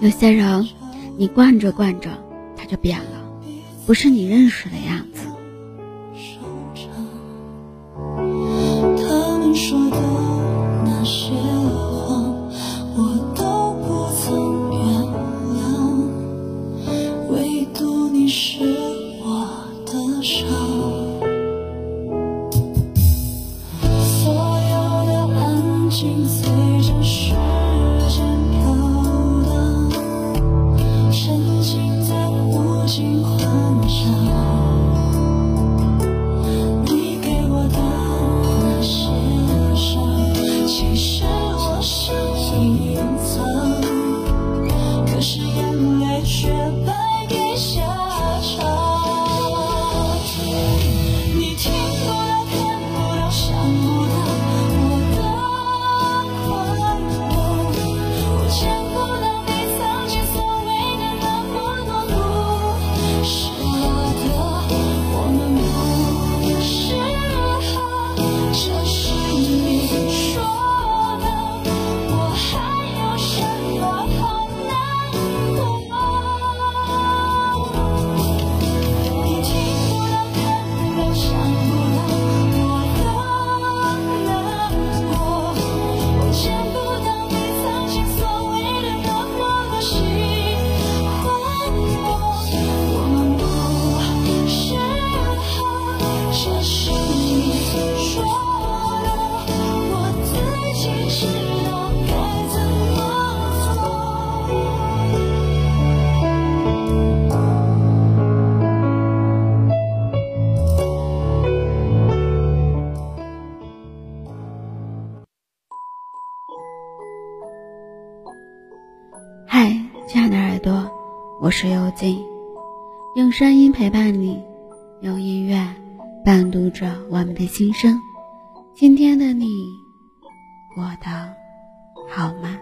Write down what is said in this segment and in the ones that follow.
有些人你惯着惯着他就变了，不是你认识的样子。 他们说的那些话我都不曾原谅，唯独你是我的伤。所有的安静随着时间飘荡，沉浸在无尽幻想。其实我想隐藏，可是眼泪却败给下场。你听不到，看不到，想不到我的快乐，我见不到你曾经所谓的那么多不是我的，我们不适合，这是你说。 嗨，亲爱的耳朵，我是幽静，用声音陪伴你，用音乐伴读着我们的心声。今天的你过得好吗？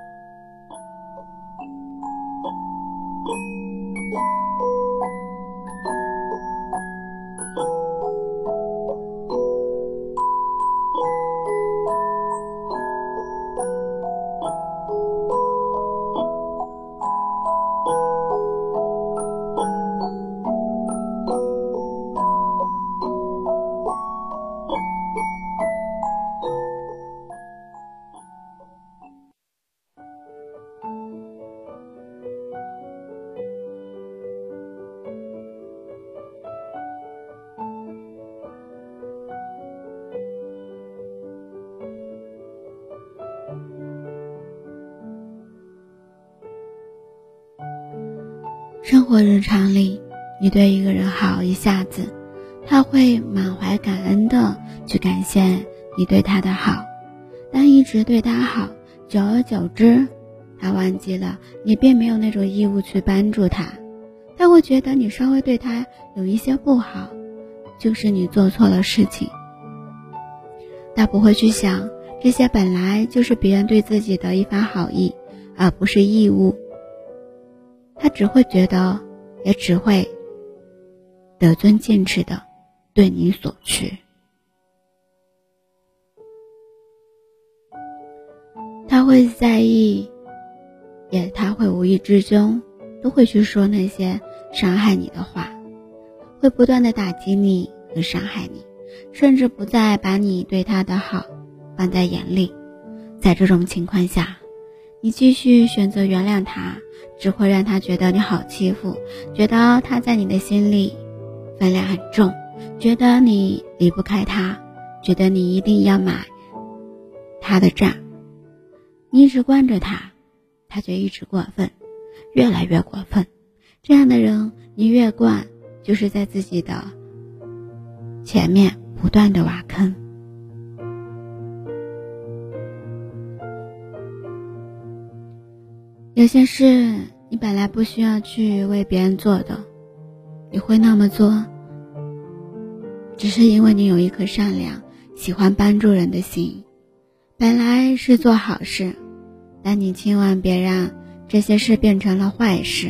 生活日常里，你对一个人好一下子，他会满怀感恩的去感谢你对他的好，但一直对他好，久而久之，他忘记了你并没有那种义务去帮助他，他会觉得你稍微对他有一些不好，就是你做错了事情。他不会去想，这些本来就是别人对自己的一番好意，而不是义务。他只会觉得，也只会得寸进尺的对你所趋。他会在意，他会无意之中都会去说那些伤害你的话，会不断的打击你和伤害你，甚至不再把你对他的好放在眼里。在这种情况下，你继续选择原谅他，只会让他觉得你好欺负，觉得他在你的心里分量很重，觉得你离不开他，觉得你一定要买他的账。你一直惯着他，他就一直过分，越来越过分。这样的人，你越惯，就是在自己的前面不断的挖坑。有些事你本来不需要去为别人做的，你会那么做，只是因为你有一颗善良、喜欢帮助人的心。本来是做好事，但你千万别让这些事变成了坏事。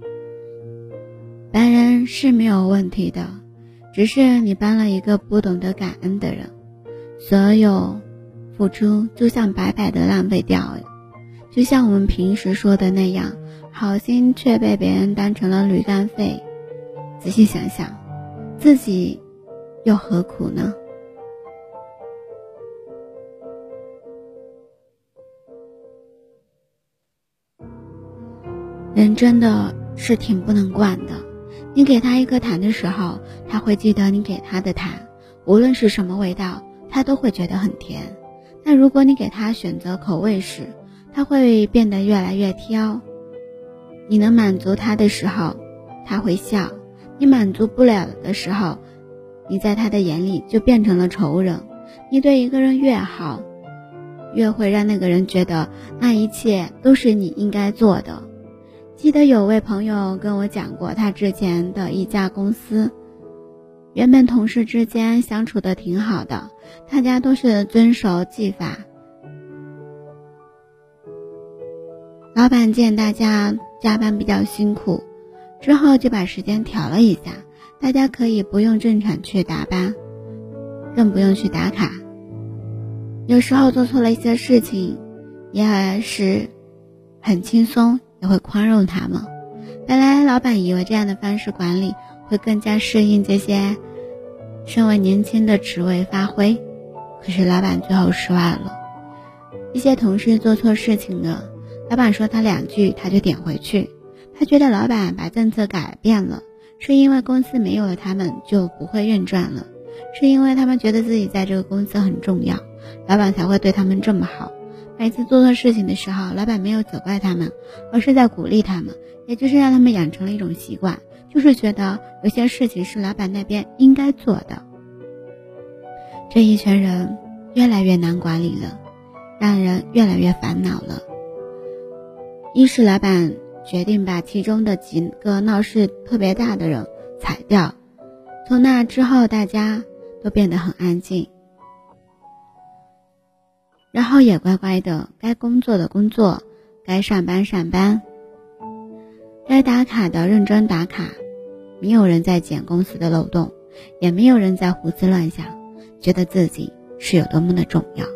帮人是没有问题的，只是你帮了一个不懂得感恩的人，所有付出就像白白的浪费掉了。就像我们平时说的那样， 好心却被别人当成了驴肝肺。仔细想想，自己又何苦呢？人真的是挺不能惯的，你给他一颗糖的时候，他会记得你给他的糖，无论是什么味道，他都会觉得很甜。但如果你给他选择口味时，他会变得越来越挑。你能满足他的时候，他会笑；你满足不了的时候，你在他的眼里就变成了仇人。你对一个人越好，越会让那个人觉得那一切都是你应该做的。记得有位朋友跟我讲过他之前的一家公司，原本同事之间相处的挺好的，大家都是遵守纪法。老板见大家加班比较辛苦，之后就把时间调了一下，大家可以不用正常去打班，更不用去打卡。有时候做错了一些事情，也是很轻松，也会宽容他们。本来老板以为这样的方式管理会更加适应这些身为年轻的职位发挥，可是老板最后失望了。一些同事做错事情了，老板说他2句他就点回去，他觉得老板把政策改变了，是因为公司没有了他们就不会运转了，是因为他们觉得自己在这个公司很重要，老板才会对他们这么好。每次做错事情的时候，老板没有责怪他们，而是在鼓励他们，也就是让他们养成了一种习惯，就是觉得有些事情是老板那边应该做的。这一群人越来越难管理了，让人越来越烦恼了。一是老板决定把其中的几个闹事特别大的人裁掉，从那之后大家都变得很安静，然后也乖乖的，该工作的工作，该上班上班，该打卡的认真打卡。没有人在捡公司的漏洞，也没有人在胡思乱想，觉得自己是有多么的重要。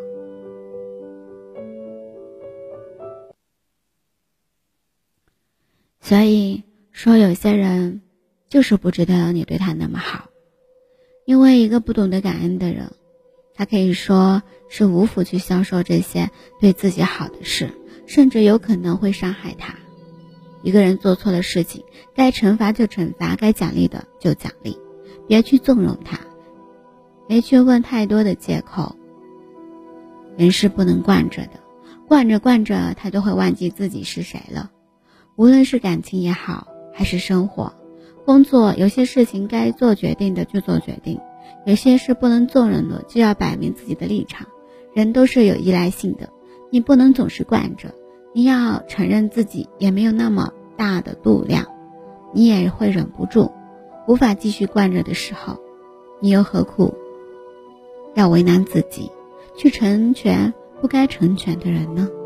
所以说有些人就是不值得你对他那么好，因为一个不懂得感恩的人，他可以说是无福去享受这些对自己好的事，甚至有可能会伤害他。一个人做错了事情，该惩罚就惩罚，该奖励的就奖励，别去纵容他，别去问太多的借口。人是不能惯着的，惯着惯着他就会忘记自己是谁了。无论是感情也好，还是生活工作，有些事情该做决定的就做决定，有些事不能纵容的就要摆明自己的立场。人都是有依赖性的，你不能总是惯着，你要承认自己也没有那么大的度量，你也会忍不住无法继续惯着的时候，你又何苦要为难自己，去成全不该成全的人呢？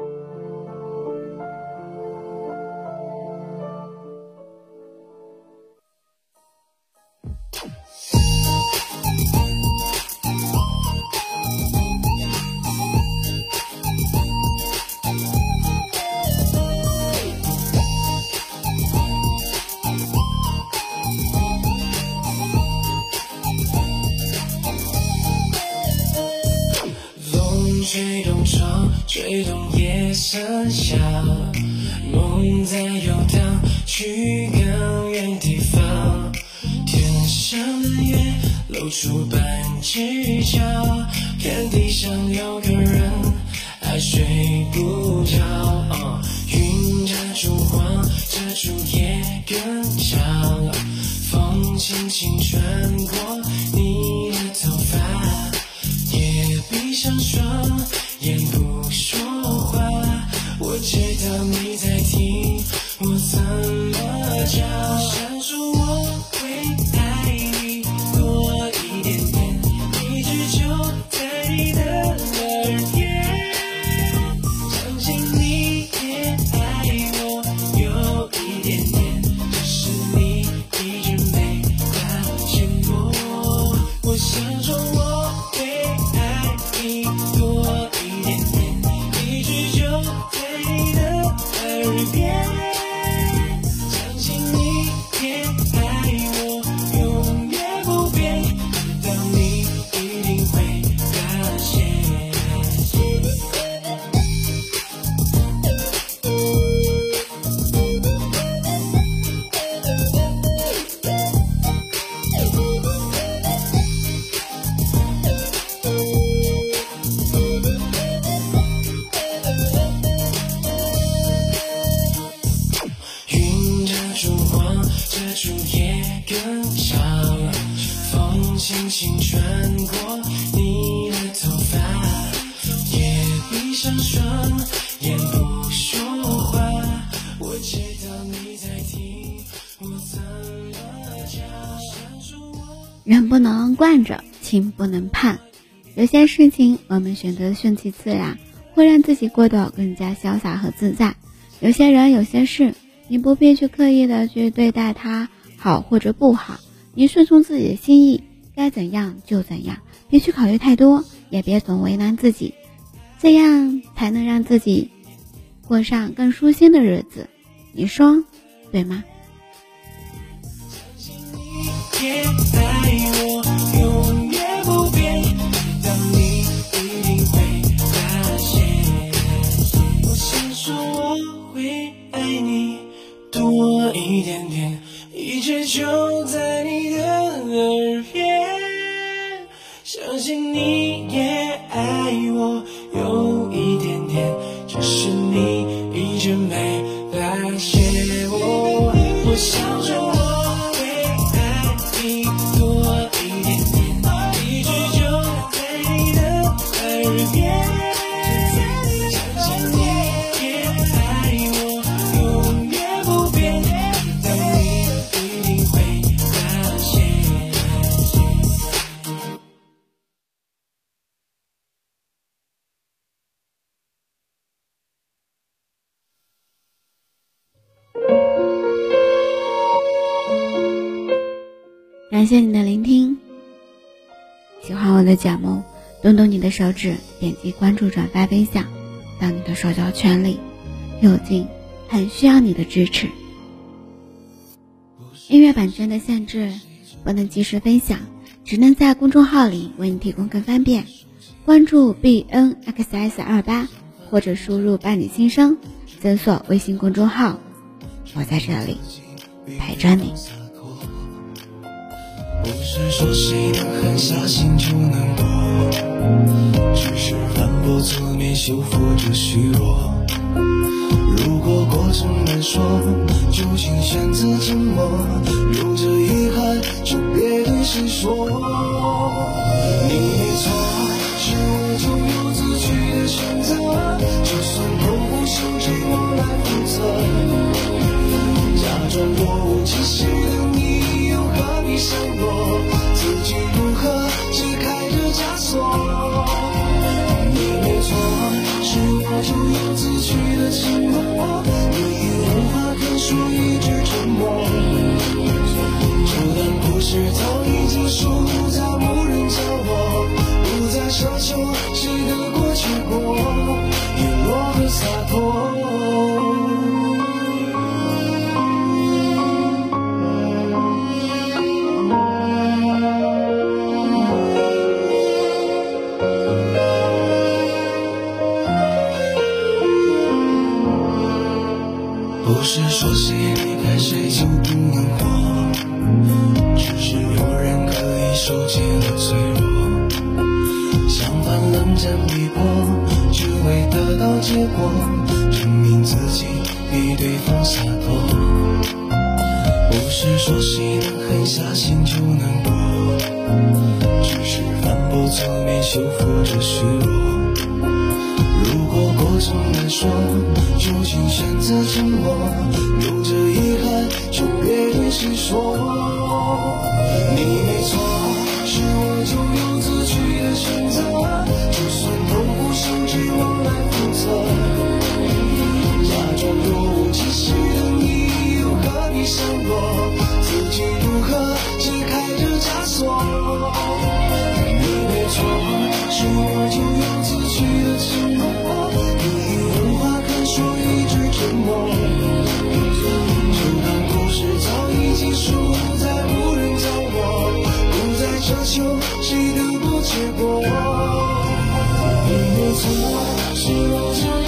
吹动窗，吹动夜色下，梦在游荡，去更远地方。天上的月露出半只脚，看地上有个人还睡不着。云遮住光，遮住夜更长，风轻轻穿过你的头发。也闭上双眼不说话，我知道你在听我怎么叫。想说我会爱你多一点点，一直就在你的耳边，相信你也爱我有一点点，只是你一直没发现过。我想说我多一点点，一直就在你的耳边， 星穿过你的头发，也闭上双眼不说话，我知道你在听我怎么讲。 人不能惯着，情不能盼，有些事情我们选择顺其自然，会让自己过得更加潇洒和自在。有些人有些事，你不必去刻意的去对待他好或者不好，你顺从自己的心意，该怎样就怎样，别去考虑太多，也别总为难自己，这样才能让自己过上更舒心的日子，你说对吗？ 也爱我永远不变，当你一定会发现，我想说我会爱你多一点点，一直就在你的耳边，相信你也爱我有一点点，只是你一直没发现。我想说我会爱你多一点点，一直就在你的耳边，相信你也爱我永远不变，但你一定会发现。 感谢你的聆听，喜欢我的节目，动动你的手指，点击关注、转发、分享到你的社交圈里，有劲很需要你的支持。音乐版权的限制，不能及时分享，只能在公众号里为你提供更方便。关注 BNXS28 或者输入伴你心声，搜索微信公众号，我在这里陪着你。 不是说谁能狠下心就能过，只是反驳侧面修复着虚弱。如果过程难说，就请选择沉默，留着遗憾就别对谁说。你没错，是我就有自己的选择，就算都不想这我来负责，假装若无其事的你又何必闪躲，自己如何解开这枷锁。你没错，是我就有自己的沉默，你无话可说一直沉默，这段故事早已结束，不再无人教我，不再奢求谁得过且过，陨落和洒脱。不是说谁离开谁就不能活，只是有人可以受尽了脆弱，相反冷战逼迫，只为得到结果，证明自己比对方洒脱。不是说谁能狠下心就能过，只是反驳侧面修复着虚弱。如果过程难说，就请选择沉默，留着遗憾就别对谁说。你没错，是我就有自己的选择，就算都不想替我来负责，假装若无其事的你又何必闪躲，自己如何解开这枷锁。你没错，是我就有自己的沉默，奢求谁得过且过，你没错，是我就